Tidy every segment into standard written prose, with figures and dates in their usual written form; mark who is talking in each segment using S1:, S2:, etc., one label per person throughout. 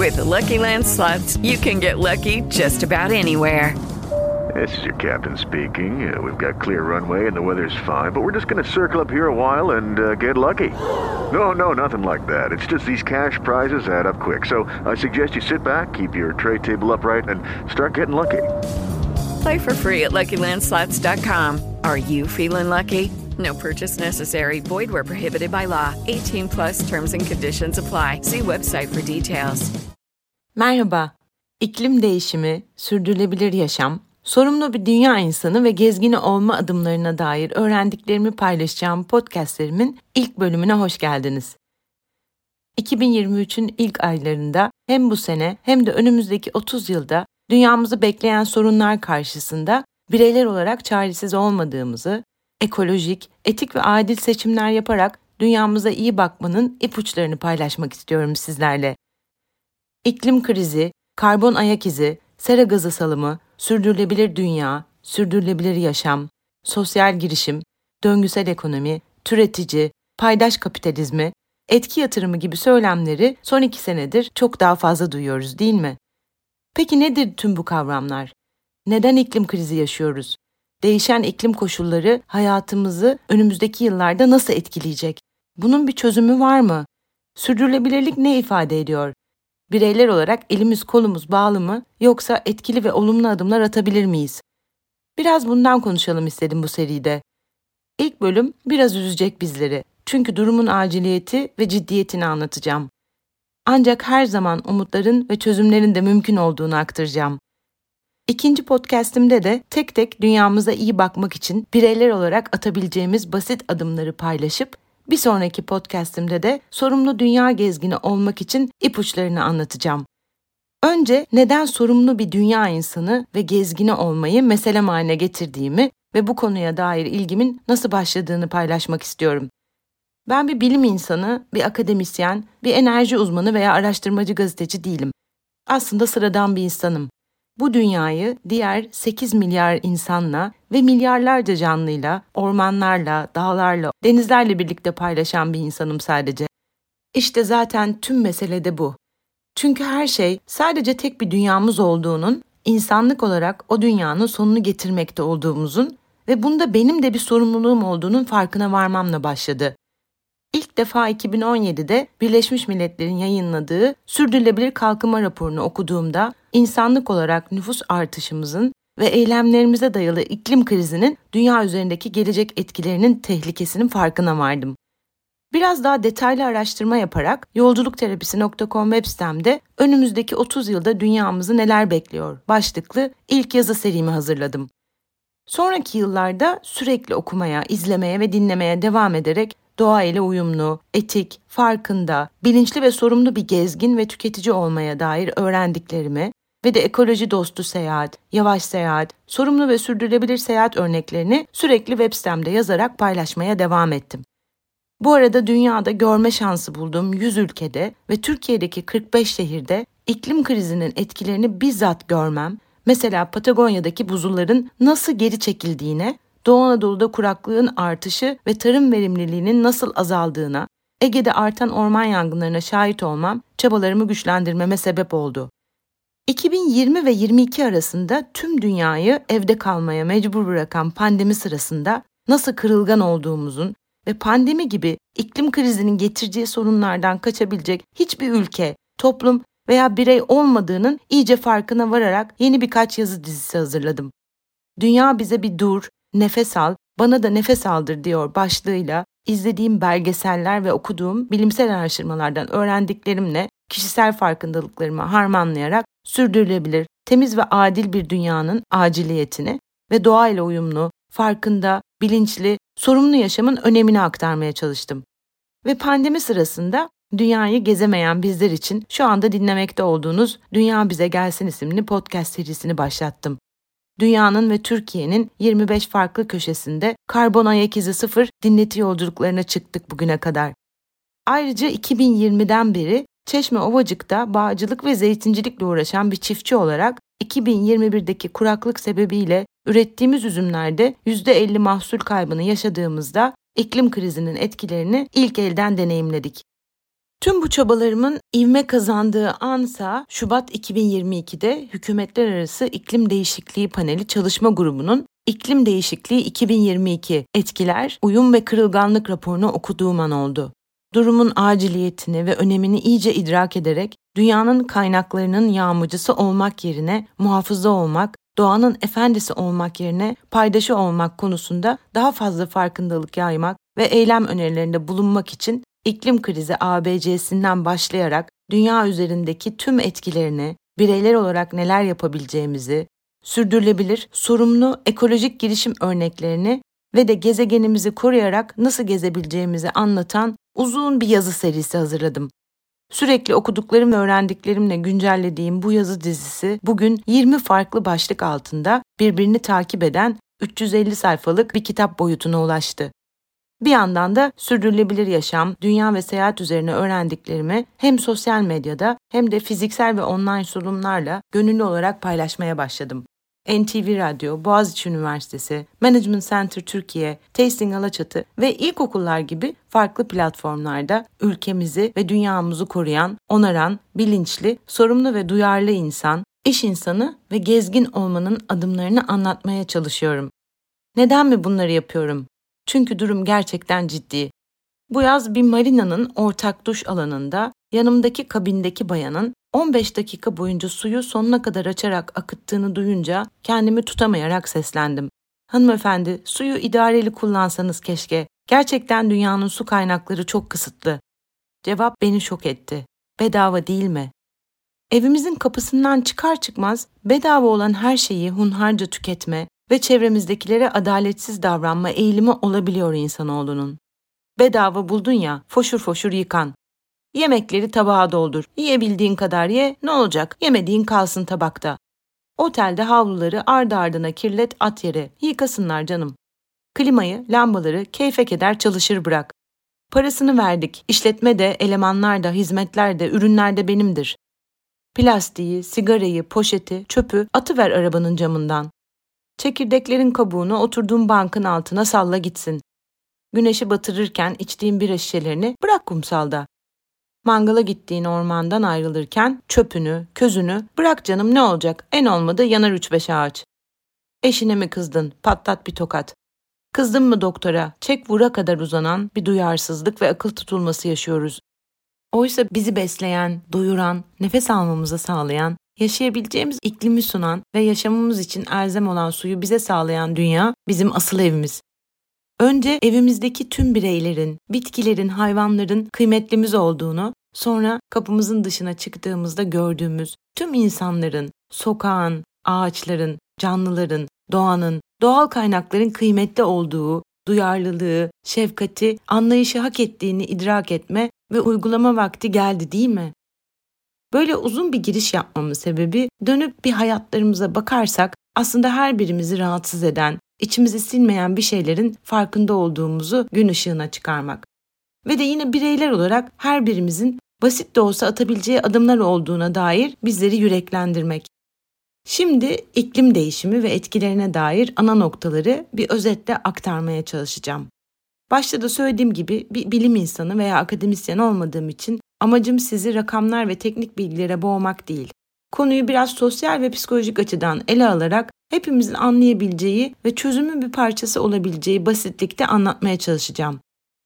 S1: With Lucky Land Slots, you can get lucky just about anywhere.
S2: This is your captain speaking. We've got clear runway and the weather's fine, but we're just going to circle up here a while and get lucky. No, nothing like that. It's just these cash prizes add up quick. So I suggest you sit back, keep your tray table upright, and start getting lucky.
S1: Play for free at LuckyLandSlots.com. Are you feeling lucky? No purchase necessary. Void where prohibited by law. 18 plus terms and conditions apply. See website for details.
S3: Merhaba. İklim değişimi, sürdürülebilir yaşam, sorumlu bir dünya insanı ve gezgini olma adımlarına dair öğrendiklerimi paylaşacağım podcastlerimin ilk bölümüne hoş geldiniz. 2023'ün ilk aylarında hem bu sene hem de önümüzdeki 30 yılda dünyamızı bekleyen sorunlar karşısında bireyler olarak çaresiz olmadığımızı, ekolojik, etik ve adil seçimler yaparak dünyamıza iyi bakmanın ipuçlarını paylaşmak istiyorum sizlerle. İklim krizi, karbon ayak izi, sera gazı salımı, sürdürülebilir dünya, sürdürülebilir yaşam, sosyal girişim, döngüsel ekonomi, türetici, paydaş kapitalizmi, etki yatırımı gibi söylemleri son 2 senedir çok daha fazla duyuyoruz değil mi? Peki nedir tüm bu kavramlar? Neden iklim krizi yaşıyoruz? Değişen iklim koşulları hayatımızı önümüzdeki yıllarda nasıl etkileyecek? Bunun bir çözümü var mı? Sürdürülebilirlik ne ifade ediyor? Bireyler olarak elimiz kolumuz bağlı mı yoksa etkili ve olumlu adımlar atabilir miyiz? Biraz bundan konuşalım istedim bu seride. İlk bölüm biraz üzecek bizleri. Çünkü durumun aciliyeti ve ciddiyetini anlatacağım. Ancak her zaman umutların ve çözümlerin de mümkün olduğunu aktaracağım. İkinci podcastimde de tek tek dünyamıza iyi bakmak için bireyler olarak atabileceğimiz basit adımları paylaşıp bir sonraki podcastimde de sorumlu dünya gezgini olmak için ipuçlarını anlatacağım. Önce neden sorumlu bir dünya insanı ve gezgini olmayı meselem haline getirdiğimi ve bu konuya dair ilgimin nasıl başladığını paylaşmak istiyorum. Ben bir bilim insanı, bir akademisyen, bir enerji uzmanı veya araştırmacı gazeteci değilim. Aslında sıradan bir insanım. Bu dünyayı diğer 8 milyar insanla ve milyarlarca canlıyla, ormanlarla, dağlarla, denizlerle birlikte paylaşan bir insanım sadece. İşte zaten tüm mesele de bu. Çünkü her şey sadece tek bir dünyamız olduğunun, insanlık olarak o dünyanın sonunu getirmekte olduğumuzun ve bunda benim de bir sorumluluğum olduğunun farkına varmamla başladı. İlk defa 2017'de Birleşmiş Milletler'in yayınladığı Sürdürülebilir Kalkınma raporunu okuduğumda insanlık olarak nüfus artışımızın ve eylemlerimize dayalı iklim krizinin dünya üzerindeki gelecek etkilerinin tehlikesinin farkına vardım. Biraz daha detaylı araştırma yaparak yolculukterapisi.com web sitemde önümüzdeki 30 yılda dünyamızı neler bekliyor başlıklı ilk yazı serimi hazırladım. Sonraki yıllarda sürekli okumaya, izlemeye ve dinlemeye devam ederek doğa ile uyumlu, etik, farkında, bilinçli ve sorumlu bir gezgin ve tüketici olmaya dair öğrendiklerimi ve de ekoloji dostu seyahat, yavaş seyahat, sorumlu ve sürdürülebilir seyahat örneklerini sürekli web sitemde yazarak paylaşmaya devam ettim. Bu arada dünyada görme şansı bulduğum 100 ülkede ve Türkiye'deki 45 şehirde iklim krizinin etkilerini bizzat görmem, mesela Patagonya'daki buzulların nasıl geri çekildiğine, Doğu Anadolu'da kuraklığın artışı ve tarım verimliliğinin nasıl azaldığına, Ege'de artan orman yangınlarına şahit olmam çabalarımı güçlendirmeme sebep oldu. 2020 ve 22 arasında tüm dünyayı evde kalmaya mecbur bırakan pandemi sırasında nasıl kırılgan olduğumuzun ve pandemi gibi iklim krizinin getireceği sorunlardan kaçabilecek hiçbir ülke, toplum veya birey olmadığının iyice farkına vararak yeni birkaç yazı dizisi hazırladım. Dünya bize bir dur, nefes al, bana da nefes aldır diyor başlığıyla izlediğim belgeseller ve okuduğum bilimsel araştırmalardan öğrendiklerimle kişisel farkındalıklarımı harmanlayarak sürdürülebilir, temiz ve adil bir dünyanın aciliyetini ve doğayla uyumlu, farkında, bilinçli, sorumlu yaşamın önemini aktarmaya çalıştım. Ve pandemi sırasında dünyayı gezemeyen bizler için şu anda dinlemekte olduğunuz Dünya Bize Gelsin isimli podcast serisini başlattım. Dünyanın ve Türkiye'nin 25 farklı köşesinde karbon ayak izi sıfır dinleti yolculuklarına çıktık bugüne kadar. Ayrıca 2020'den beri Çeşme Ovacık'ta bağcılık ve zeytincilikle uğraşan bir çiftçi olarak 2021'deki kuraklık sebebiyle ürettiğimiz üzümlerde %50 mahsul kaybını yaşadığımızda iklim krizinin etkilerini ilk elden deneyimledik. Tüm bu çabalarımın ivme kazandığı ansa Şubat 2022'de Hükümetler Arası İklim Değişikliği Paneli Çalışma Grubu'nun İklim Değişikliği 2022 Etkiler, Uyum ve Kırılganlık raporunu okuduğum an oldu. Durumun aciliyetini ve önemini iyice idrak ederek dünyanın kaynaklarının yağmacısı olmak yerine muhafızı olmak, doğanın efendisi olmak yerine paydaşı olmak konusunda daha fazla farkındalık yaymak ve eylem önerilerinde bulunmak için iklim krizi ABC'sinden başlayarak dünya üzerindeki tüm etkilerini, bireyler olarak neler yapabileceğimizi, sürdürülebilir, sorumlu ekolojik girişim örneklerini ve de gezegenimizi koruyarak nasıl gezebileceğimizi anlatan uzun bir yazı serisi hazırladım. Sürekli okuduklarım ve öğrendiklerimle güncellediğim bu yazı dizisi bugün 20 farklı başlık altında birbirini takip eden 350 sayfalık bir kitap boyutuna ulaştı. Bir yandan da sürdürülebilir yaşam, dünya ve seyahat üzerine öğrendiklerimi hem sosyal medyada hem de fiziksel ve online sunumlarla gönüllü olarak paylaşmaya başladım. NTV Radyo, Boğaziçi Üniversitesi, Management Center Türkiye, Tasting Alaçatı ve ilkokullar gibi farklı platformlarda ülkemizi ve dünyamızı koruyan, onaran, bilinçli, sorumlu ve duyarlı insan, iş insanı ve gezgin olmanın adımlarını anlatmaya çalışıyorum. Neden mi bunları yapıyorum? Çünkü durum gerçekten ciddi. Bu yaz bir marinanın ortak duş alanında yanımdaki kabindeki bayanın 15 dakika boyunca suyu sonuna kadar açarak akıttığını duyunca kendimi tutamayarak seslendim. Hanımefendi, suyu idareli kullansanız keşke. Gerçekten dünyanın su kaynakları çok kısıtlı. Cevap beni şok etti. Bedava değil mi? Evimizin kapısından çıkar çıkmaz bedava olan her şeyi hunharca tüketme ve çevremizdekilere adaletsiz davranma eğilimi olabiliyor insanoğlunun. Bedava buldun ya, foşur foşur yıkan. Yemekleri tabağa doldur. Yiyebildiğin kadar ye, ne olacak? Yemediğin kalsın tabakta. Otelde havluları ardı ardına kirlet, at yere. Yıkasınlar canım. Klimayı, lambaları keyfek eder çalışır bırak. Parasını verdik. İşletme de, elemanlar da, hizmetler de, ürünler de benimdir. Plastiği, sigarayı, poşeti, çöpü atıver arabanın camından. Çekirdeklerin kabuğunu oturduğun bankın altına salla gitsin. Güneşi batırırken içtiğin bira şişelerini bırak kumsalda. Mangala gittiğin ormandan ayrılırken çöpünü, közünü bırak canım ne olacak? En olmadı yanar 3-5 ağaç. Eşine mi kızdın? Patlat bir tokat. Kızdın mı doktora? Çek vura kadar uzanan bir duyarsızlık ve akıl tutulması yaşıyoruz. Oysa bizi besleyen, doyuran, nefes almamızı sağlayan, yaşayabileceğimiz iklimi sunan ve yaşamamız için elzem olan suyu bize sağlayan dünya bizim asıl evimiz. Önce evimizdeki tüm bireylerin, bitkilerin, hayvanların kıymetlimiz olduğunu, sonra kapımızın dışına çıktığımızda gördüğümüz tüm insanların, sokağın, ağaçların, canlıların, doğanın, doğal kaynakların kıymetli olduğu, duyarlılığı, şefkati, anlayışı hak ettiğini idrak etme ve uygulama vakti geldi değil mi? Böyle uzun bir giriş yapmamın sebebi dönüp bir hayatlarımıza bakarsak aslında her birimizi rahatsız eden, içimizi sinmeyen bir şeylerin farkında olduğumuzu gün ışığına çıkarmak. Ve de yine bireyler olarak her birimizin basit de olsa atabileceği adımlar olduğuna dair bizleri yüreklendirmek. Şimdi iklim değişimi ve etkilerine dair ana noktaları bir özetle aktarmaya çalışacağım. Başta da söylediğim gibi bir bilim insanı veya akademisyen olmadığım için amacım sizi rakamlar ve teknik bilgilere boğmak değil. Konuyu biraz sosyal ve psikolojik açıdan ele alarak hepimizin anlayabileceği ve çözümün bir parçası olabileceği basitlikte anlatmaya çalışacağım.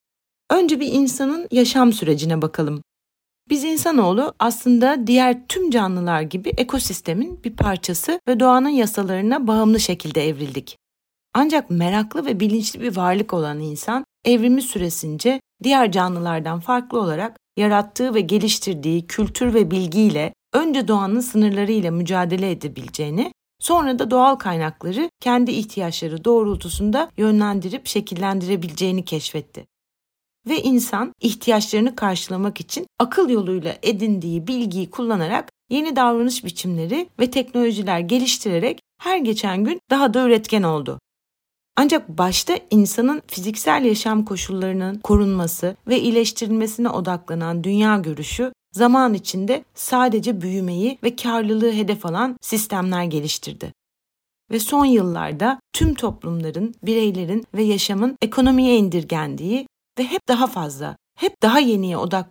S3: Önce bir insanın yaşam sürecine bakalım. Biz insanoğlu aslında diğer tüm canlılar gibi ekosistemin bir parçası ve doğanın yasalarına bağımlı şekilde evrildik. Ancak meraklı ve bilinçli bir varlık olan insan evrimi süresince diğer canlılardan farklı olarak yarattığı ve geliştirdiği kültür ve bilgiyle önce doğanın sınırlarıyla mücadele edebileceğini, sonra da doğal kaynakları kendi ihtiyaçları doğrultusunda yönlendirip şekillendirebileceğini keşfetti. Ve insan ihtiyaçlarını karşılamak için akıl yoluyla edindiği bilgiyi kullanarak yeni davranış biçimleri ve teknolojiler geliştirerek her geçen gün daha da üretken oldu. Ancak başta insanın fiziksel yaşam koşullarının korunması ve iyileştirilmesine odaklanan dünya görüşü zaman içinde sadece büyümeyi ve karlılığı hedef alan sistemler geliştirdi. Ve son yıllarda tüm toplumların, bireylerin ve yaşamın ekonomiye indirgendiği ve hep daha fazla, hep daha yeniye odaklanan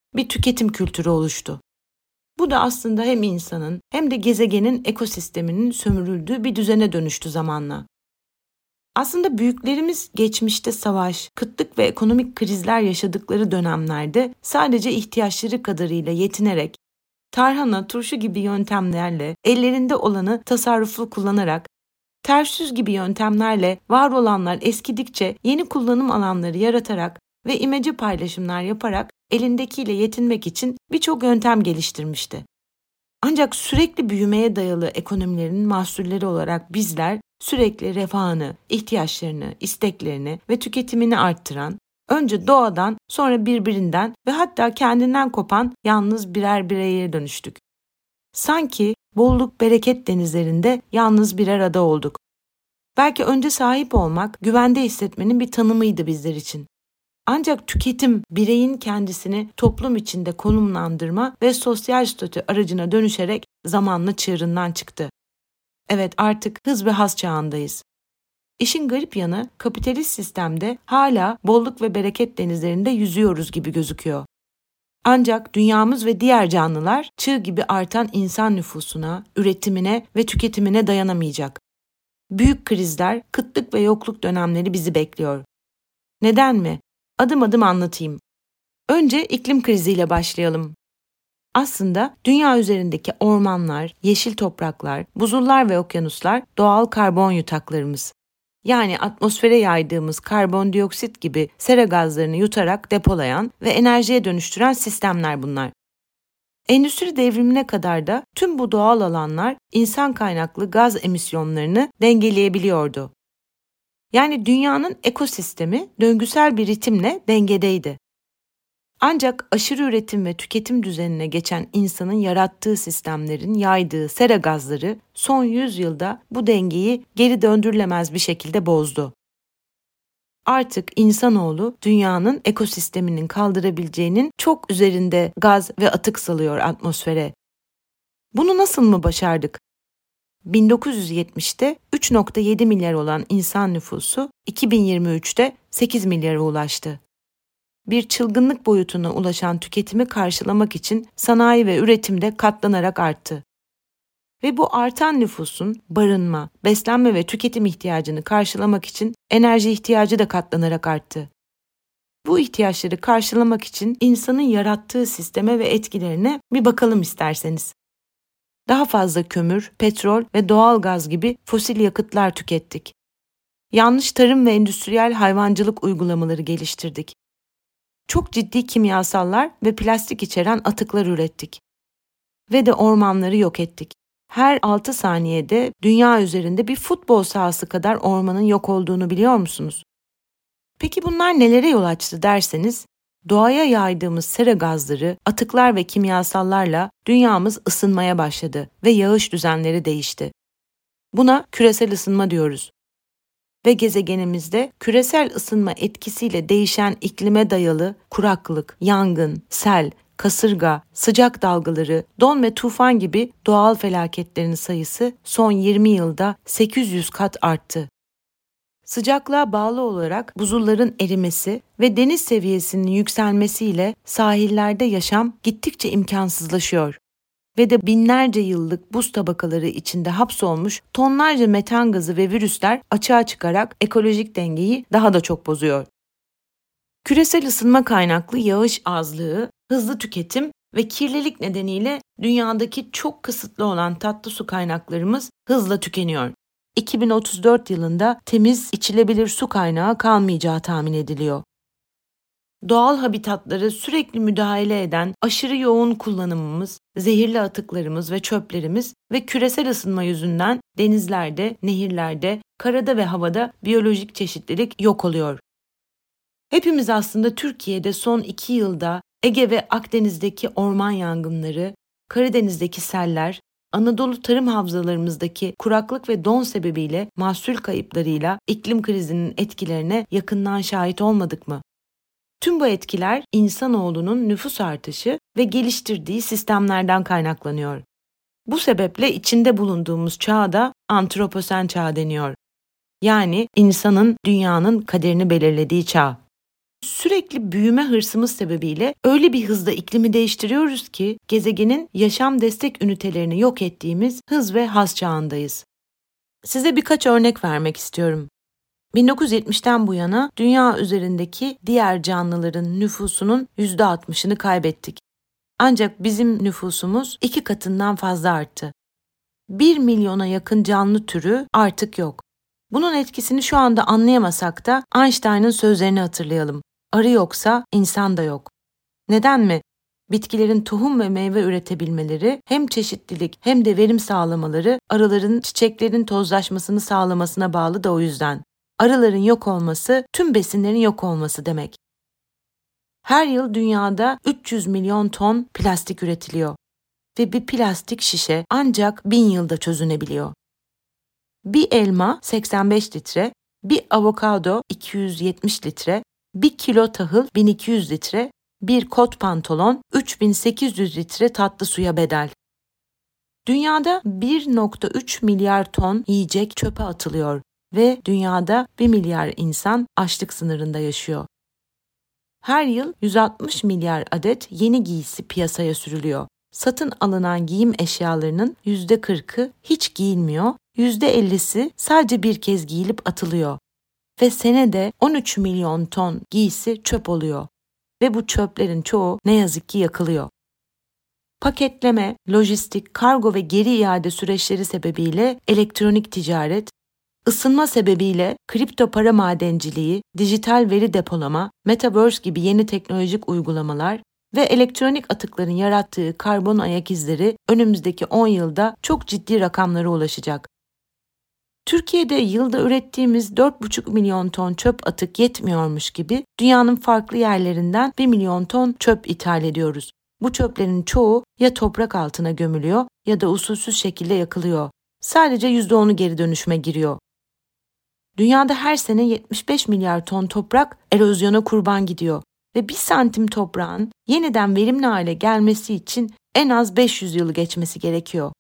S3: bir tüketim kültürü oluştu. Bu da aslında hem insanın hem de gezegenin ekosisteminin sömürüldüğü bir düzene dönüştü zamanla. Aslında büyüklerimiz geçmişte savaş, kıtlık ve ekonomik krizler yaşadıkları dönemlerde sadece ihtiyaçları kadarıyla yetinerek, tarhana, turşu gibi yöntemlerle, ellerinde olanı tasarruflu kullanarak, ters yüz gibi yöntemlerle var olanlar eskidikçe yeni kullanım alanları yaratarak ve imece paylaşımlar yaparak elindekiyle yetinmek için birçok yöntem geliştirmişti. Ancak sürekli büyümeye dayalı ekonomilerin mahsulleri olarak bizler sürekli refahını, ihtiyaçlarını, isteklerini ve tüketimini arttıran, önce doğadan sonra birbirinden ve hatta kendinden kopan yalnız birer bireye dönüştük. Sanki bolluk bereket denizlerinde yalnız birer ada olduk. Belki önce sahip olmak, güvende hissetmenin bir tanımıydı bizler için. Ancak tüketim, bireyin kendisini toplum içinde konumlandırma ve sosyal statü aracına dönüşerek zamanla çığırından çıktı. Evet, artık hız ve haz çağındayız. İşin garip yanı, kapitalist sistemde hala bolluk ve bereket denizlerinde yüzüyoruz gibi gözüküyor. Ancak dünyamız ve diğer canlılar çığ gibi artan insan nüfusuna, üretimine ve tüketimine dayanamayacak. Büyük krizler, kıtlık ve yokluk dönemleri bizi bekliyor. Neden mi? Adım adım anlatayım. Önce iklim kriziyle başlayalım. Aslında dünya üzerindeki ormanlar, yeşil topraklar, buzullar ve okyanuslar doğal karbon yutaklarımız. Yani atmosfere yaydığımız karbondioksit gibi sera gazlarını yutarak depolayan ve enerjiye dönüştüren sistemler bunlar. Endüstri devrimine kadar da tüm bu doğal alanlar insan kaynaklı gaz emisyonlarını dengeleyebiliyordu. Yani dünyanın ekosistemi döngüsel bir ritimle dengedeydi. Ancak aşırı üretim ve tüketim düzenine geçen insanın yarattığı sistemlerin yaydığı sera gazları son 100 yılda bu dengeyi geri döndürülemez bir şekilde bozdu. Artık insanoğlu dünyanın ekosisteminin kaldırabileceğinin çok üzerinde gaz ve atık salıyor atmosfere. Bunu nasıl mı başardık? 1970'te 3,7 milyar olan insan nüfusu 2023'te 8 milyara ulaştı. Bir çılgınlık boyutuna ulaşan tüketimi karşılamak için sanayi ve üretim de katlanarak arttı. Ve bu artan nüfusun barınma, beslenme ve tüketim ihtiyacını karşılamak için enerji ihtiyacı da katlanarak arttı. Bu ihtiyaçları karşılamak için insanın yarattığı sisteme ve etkilerine bir bakalım isterseniz. Daha fazla kömür, petrol ve doğal gaz gibi fosil yakıtlar tükettik. Yanlış tarım ve endüstriyel hayvancılık uygulamaları geliştirdik. Çok ciddi kimyasallar ve plastik içeren atıklar ürettik. Ve de ormanları yok ettik. Her 6 saniyede dünya üzerinde bir futbol sahası kadar ormanın yok olduğunu biliyor musunuz? Peki bunlar nelere yol açtı derseniz, doğaya yaydığımız sera gazları, atıklar ve kimyasallarla dünyamız ısınmaya başladı ve yağış düzenleri değişti. Buna küresel ısınma diyoruz. Ve gezegenimizde küresel ısınma etkisiyle değişen iklime dayalı kuraklık, yangın, sel, kasırga, sıcak dalgaları, don ve tufan gibi doğal felaketlerin sayısı son 20 yılda 800 kat arttı. Sıcaklığa bağlı olarak buzulların erimesi ve deniz seviyesinin yükselmesiyle sahillerde yaşam gittikçe imkansızlaşıyor. Ve de binlerce yıllık buz tabakaları içinde hapsolmuş tonlarca metan gazı ve virüsler açığa çıkarak ekolojik dengeyi daha da çok bozuyor. Küresel ısınma kaynaklı yağış azlığı, hızlı tüketim ve kirlilik nedeniyle dünyadaki çok kısıtlı olan tatlı su kaynaklarımız hızla tükeniyor. 2034 yılında temiz, içilebilir su kaynağı kalmayacağı tahmin ediliyor. Doğal habitatları sürekli müdahale eden aşırı yoğun kullanımımız, zehirli atıklarımız ve çöplerimiz ve küresel ısınma yüzünden denizlerde, nehirlerde, karada ve havada biyolojik çeşitlilik yok oluyor. Hepimiz aslında Türkiye'de son 2 yılda Ege ve Akdeniz'deki orman yangınları, Karadeniz'deki seller, Anadolu tarım havzalarımızdaki kuraklık ve don sebebiyle mahsul kayıplarıyla iklim krizinin etkilerine yakından şahit olmadık mı? Tüm bu etkiler insanoğlunun nüfus artışı ve geliştirdiği sistemlerden kaynaklanıyor. Bu sebeple içinde bulunduğumuz çağa da antroposen çağ deniyor. Yani insanın dünyanın kaderini belirlediği çağ. Sürekli büyüme hırsımız sebebiyle öyle bir hızda iklimi değiştiriyoruz ki gezegenin yaşam destek ünitelerini yok ettiğimiz hız ve haz çağındayız. Size birkaç örnek vermek istiyorum. 1970'ten bu yana dünya üzerindeki diğer canlıların nüfusunun %60'ını kaybettik. Ancak bizim nüfusumuz 2 katından fazla arttı. 1 milyona yakın canlı türü artık yok. Bunun etkisini şu anda anlayamasak da Einstein'ın sözlerini hatırlayalım. Arı yoksa insan da yok. Neden mi? Bitkilerin tohum ve meyve üretebilmeleri hem çeşitlilik hem de verim sağlamaları arıların çiçeklerin tozlaşmasını sağlamasına bağlı da o yüzden. Arıların yok olması tüm besinlerin yok olması demek. Her yıl dünyada 300 milyon ton plastik üretiliyor ve bir plastik şişe ancak 1000 yılda çözünebiliyor. Bir elma 85 litre, bir avokado 270 litre, bir kilo tahıl 1200 litre, bir kot pantolon 3800 litre tatlı suya bedel. Dünyada 1,3 milyar ton yiyecek çöpe atılıyor ve dünyada 1 milyar insan açlık sınırında yaşıyor. Her yıl 160 milyar adet yeni giysi piyasaya sürülüyor. Satın alınan giyim eşyalarının %40'ı hiç giyilmiyor, %50'si sadece bir kez giyilip atılıyor. Ve senede 13 milyon ton giysi çöp oluyor. Ve bu çöplerin çoğu ne yazık ki yakılıyor. Paketleme, lojistik, kargo ve geri iade süreçleri sebebiyle elektronik ticaret, ısınma sebebiyle kripto para madenciliği, dijital veri depolama, metaverse gibi yeni teknolojik uygulamalar ve elektronik atıkların yarattığı karbon ayak izleri önümüzdeki 10 yılda çok ciddi rakamlara ulaşacak. Türkiye'de yılda ürettiğimiz 4,5 milyon ton çöp atık yetmiyormuş gibi dünyanın farklı yerlerinden 1 milyon ton çöp ithal ediyoruz. Bu çöplerin çoğu ya toprak altına gömülüyor ya da usulsüz şekilde yakılıyor. Sadece %10'u geri dönüşüme giriyor. Dünyada her sene 75 milyar ton toprak erozyona kurban gidiyor ve 1 santim toprağın yeniden verimli hale gelmesi için en az 500 yılı geçmesi gerekiyor.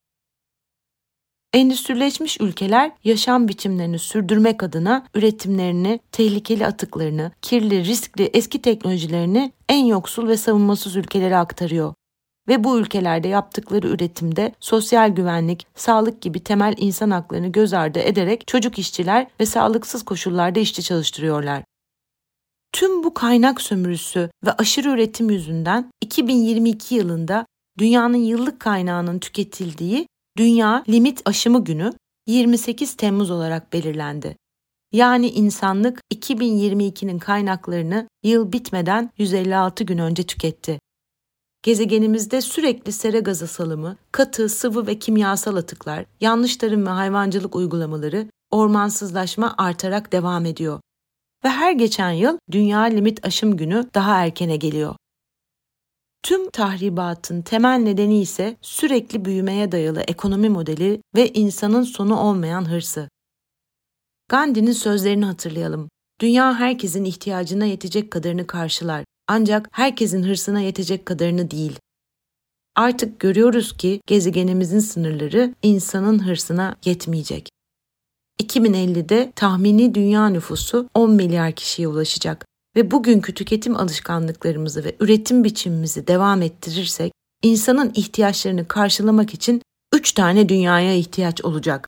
S3: Endüstrileşmiş ülkeler yaşam biçimlerini sürdürmek adına üretimlerini, tehlikeli atıklarını, kirli, riskli eski teknolojilerini en yoksul ve savunmasız ülkelere aktarıyor. Ve bu ülkelerde yaptıkları üretimde sosyal güvenlik, sağlık gibi temel insan haklarını göz ardı ederek çocuk işçiler ve sağlıksız koşullarda işçi çalıştırıyorlar. Tüm bu kaynak sömürüsü ve aşırı üretim yüzünden 2022 yılında dünyanın yıllık kaynağının tüketildiği Dünya Limit Aşımı Günü 28 Temmuz olarak belirlendi. Yani insanlık 2022'nin kaynaklarını yıl bitmeden 156 gün önce tüketti. Gezegenimizde sürekli sera gazı salımı, katı, sıvı ve kimyasal atıklar, yanlış tarım ve hayvancılık uygulamaları, ormansızlaşma artarak devam ediyor. Ve her geçen yıl Dünya Limit Aşım Günü daha erkene geliyor. Tüm tahribatın temel nedeni ise sürekli büyümeye dayalı ekonomi modeli ve insanın sonu olmayan hırsı. Gandhi'nin sözlerini hatırlayalım. Dünya herkesin ihtiyacına yetecek kadarını karşılar. Ancak herkesin hırsına yetecek kadarını değil. Artık görüyoruz ki gezegenimizin sınırları insanın hırsına yetmeyecek. 2050'de tahmini dünya nüfusu 10 milyar kişiye ulaşacak ve bugünkü tüketim alışkanlıklarımızı ve üretim biçimimizi devam ettirirsek, insanın ihtiyaçlarını karşılamak için 3 tane dünyaya ihtiyaç olacak.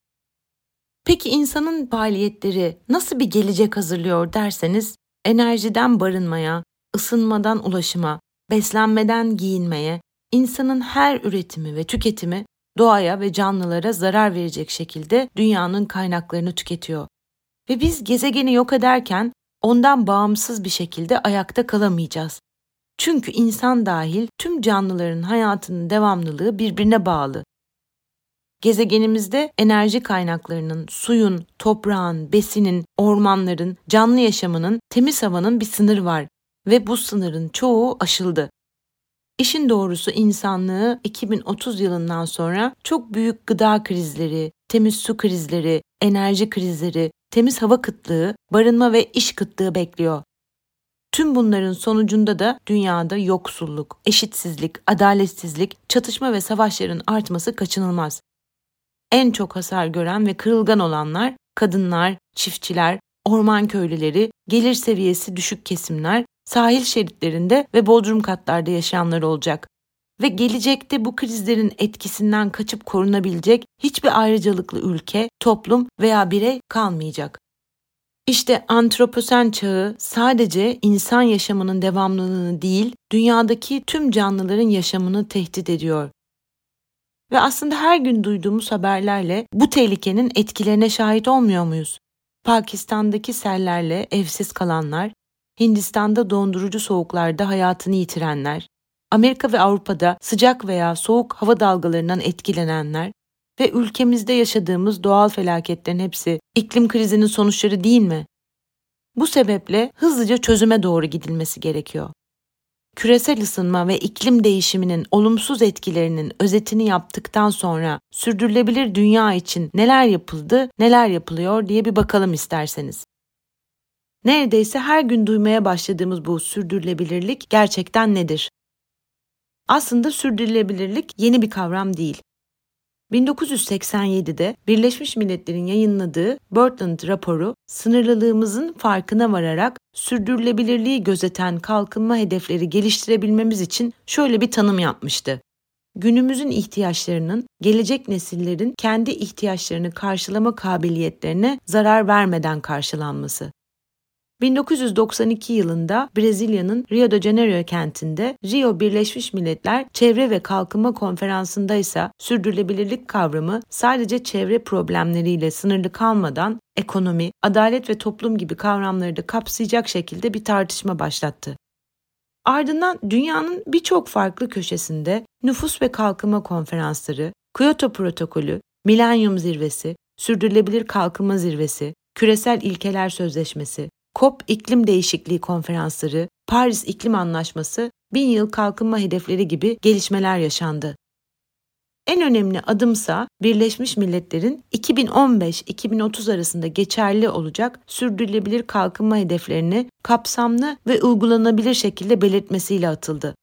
S3: Peki insanın faaliyetleri nasıl bir gelecek hazırlıyor derseniz, enerjiden barınmaya, ısınmadan ulaşıma, beslenmeden giyinmeye, insanın her üretimi ve tüketimi doğaya ve canlılara zarar verecek şekilde dünyanın kaynaklarını tüketiyor. Ve biz gezegeni yok ederken ondan bağımsız bir şekilde ayakta kalamayacağız. Çünkü insan dahil tüm canlıların hayatının devamlılığı birbirine bağlı. Gezegenimizde enerji kaynaklarının, suyun, toprağın, besinin, ormanların, canlı yaşamının, temiz havanın bir sınırı var ve bu sınırın çoğu aşıldı. İşin doğrusu insanlığı 2030 yılından sonra çok büyük gıda krizleri, temiz su krizleri, enerji krizleri, temiz hava kıtlığı, barınma ve iş kıtlığı bekliyor. Tüm bunların sonucunda da dünyada yoksulluk, eşitsizlik, adaletsizlik, çatışma ve savaşların artması kaçınılmaz. En çok hasar gören ve kırılgan olanlar kadınlar, çiftçiler, orman köylüleri, gelir seviyesi düşük kesimler, sahil şeritlerinde ve bodrum katlarda yaşayanlar olacak. Ve gelecekte bu krizlerin etkisinden kaçıp korunabilecek hiçbir ayrıcalıklı ülke, toplum veya birey kalmayacak. İşte antroposen çağı sadece insan yaşamının devamlılığını değil, dünyadaki tüm canlıların yaşamını tehdit ediyor. Ve aslında her gün duyduğumuz haberlerle bu tehlikenin etkilerine şahit olmuyor muyuz? Pakistan'daki sellerle evsiz kalanlar, Hindistan'da dondurucu soğuklarda hayatını yitirenler, Amerika ve Avrupa'da sıcak veya soğuk hava dalgalarından etkilenenler ve ülkemizde yaşadığımız doğal felaketlerin hepsi iklim krizinin sonuçları değil mi? Bu sebeple hızlıca çözüme doğru gidilmesi gerekiyor. Küresel ısınma ve iklim değişiminin olumsuz etkilerinin özetini yaptıktan sonra sürdürülebilir dünya için neler yapıldı, neler yapılıyor diye bir bakalım isterseniz. Neredeyse her gün duymaya başladığımız bu sürdürülebilirlik gerçekten nedir? Aslında sürdürülebilirlik yeni bir kavram değil. 1987'de Birleşmiş Milletler'in yayınladığı Brundtland raporu, sınırlılığımızın farkına vararak sürdürülebilirliği gözeten kalkınma hedefleri geliştirebilmemiz için şöyle bir tanım yapmıştı. Günümüzün ihtiyaçlarının gelecek nesillerin kendi ihtiyaçlarını karşılama kabiliyetlerine zarar vermeden karşılanması. 1992 yılında Brezilya'nın Rio de Janeiro kentinde Rio Birleşmiş Milletler Çevre ve Kalkınma Konferansı'nda ise sürdürülebilirlik kavramı sadece çevre problemleriyle sınırlı kalmadan ekonomi, adalet ve toplum gibi kavramları da kapsayacak şekilde bir tartışma başlattı. Ardından dünyanın birçok farklı köşesinde nüfus ve kalkınma konferansları, Kyoto Protokolü, Milenyum Zirvesi, Sürdürülebilir Kalkınma Zirvesi, Küresel İlkeler Sözleşmesi, COP iklim değişikliği konferansları, Paris İklim Anlaşması, 1000 yıl kalkınma hedefleri gibi gelişmeler yaşandı. En önemli adımsa Birleşmiş Milletler'in 2015-2030 arasında geçerli olacak sürdürülebilir kalkınma hedeflerini kapsamlı ve uygulanabilir şekilde belirtmesiyle atıldı.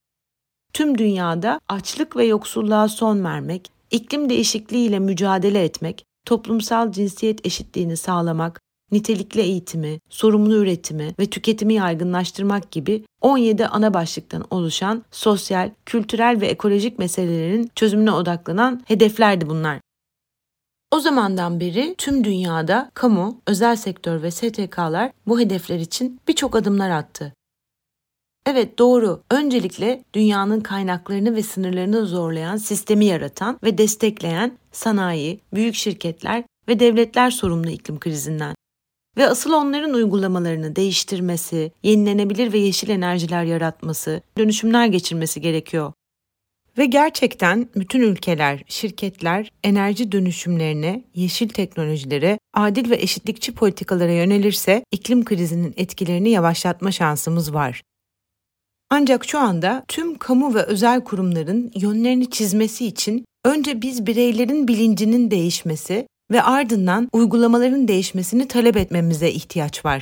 S3: Tüm dünyada açlık ve yoksulluğa son vermek, iklim değişikliğiyle mücadele etmek, toplumsal cinsiyet eşitliğini sağlamak, nitelikli eğitimi, sorumlu üretimi ve tüketimi yaygınlaştırmak gibi 17 ana başlıktan oluşan sosyal, kültürel ve ekolojik meselelerin çözümüne odaklanan hedeflerdi bunlar. O zamandan beri tüm dünyada kamu, özel sektör ve STK'lar bu hedefler için birçok adımlar attı. Evet doğru, öncelikle dünyanın kaynaklarını ve sınırlarını zorlayan sistemi yaratan ve destekleyen sanayi, büyük şirketler ve devletler sorumlu iklim krizinden. Ve asıl onların uygulamalarını değiştirmesi, yenilenebilir ve yeşil enerjiler yaratması, dönüşümler geçirmesi gerekiyor. Ve gerçekten bütün ülkeler, şirketler enerji dönüşümlerine, yeşil teknolojilere, adil ve eşitlikçi politikalara yönelirse iklim krizinin etkilerini yavaşlatma şansımız var. Ancak şu anda tüm kamu ve özel kurumların yönlerini çizmesi için önce biz bireylerin bilincinin değişmesi ve ardından uygulamaların değişmesini talep etmemize ihtiyaç var.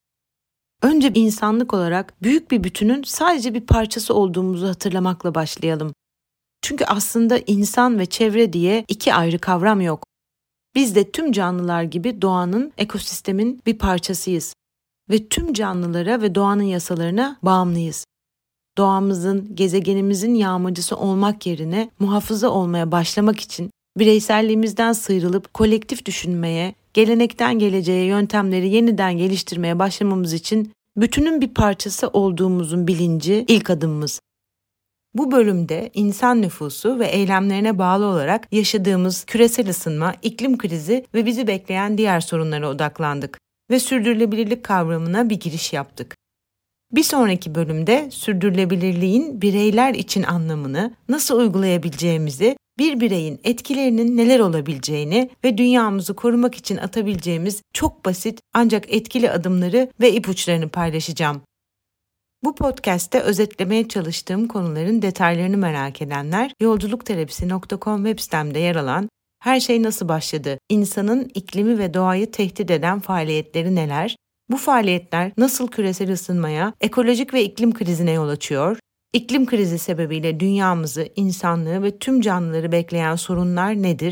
S3: Önce insanlık olarak büyük bir bütünün sadece bir parçası olduğumuzu hatırlamakla başlayalım. Çünkü aslında insan ve çevre diye iki ayrı kavram yok. Biz de tüm canlılar gibi doğanın, ekosistemin bir parçasıyız. Ve tüm canlılara ve doğanın yasalarına bağımlıyız. Doğamızın, gezegenimizin yağmacısı olmak yerine muhafızı olmaya başlamak için bireyselliğimizden sıyrılıp kolektif düşünmeye, gelenekten geleceğe yöntemleri yeniden geliştirmeye başlamamız için bütünün bir parçası olduğumuzun bilinci ilk adımımız. Bu bölümde insan nüfusu ve eylemlerine bağlı olarak yaşadığımız küresel ısınma, iklim krizi ve bizi bekleyen diğer sorunlara odaklandık ve sürdürülebilirlik kavramına bir giriş yaptık. Bir sonraki bölümde sürdürülebilirliğin bireyler için anlamını, nasıl uygulayabileceğimizi, bir bireyin etkilerinin neler olabileceğini ve dünyamızı korumak için atabileceğimiz çok basit ancak etkili adımları ve ipuçlarını paylaşacağım. Bu podcast'te özetlemeye çalıştığım konuların detaylarını merak edenler, yolculukterapisi.com web sitemde yer alan Her Şey Nasıl Başladı? İnsanın iklimi ve doğayı tehdit eden faaliyetleri neler? Bu faaliyetler nasıl küresel ısınmaya, ekolojik ve iklim krizine yol açıyor? İklim krizi sebebiyle dünyamızı, insanlığı ve tüm canlıları bekleyen sorunlar nedir?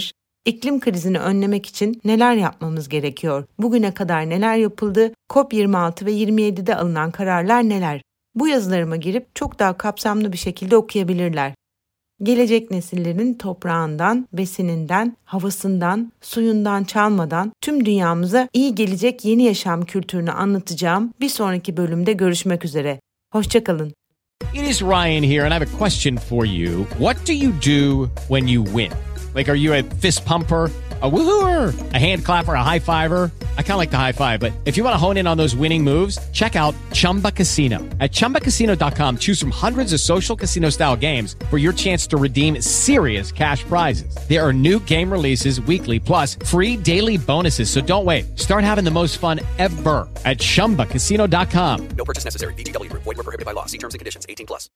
S3: İklim krizini önlemek için neler yapmamız gerekiyor? Bugüne kadar neler yapıldı? COP26 ve 27'de alınan kararlar neler? Bu yazılarıma girip çok daha kapsamlı bir şekilde okuyabilirler. Gelecek nesillerin toprağından, besininden, havasından, suyundan çalmadan tüm dünyamıza iyi gelecek yeni yaşam kültürünü anlatacağım bir sonraki bölümde görüşmek üzere. Hoşça kalın.
S4: It is Ryan here, and I have a question for you. What do you do when you win? Like, are you a fist pumper, a woo-hooer, a hand clapper, a high fiver? I kind of like the high five, but if you want to hone in on those winning moves, check out Chumba Casino. At ChumbaCasino.com, choose from hundreds of social casino-style games for your chance to redeem serious cash prizes. There are new game releases weekly, plus free daily bonuses, so don't wait. Start having the most fun ever at ChumbaCasino.com.
S5: No purchase necessary. VGW Group. Void where prohibited by law. See terms and conditions. 18+.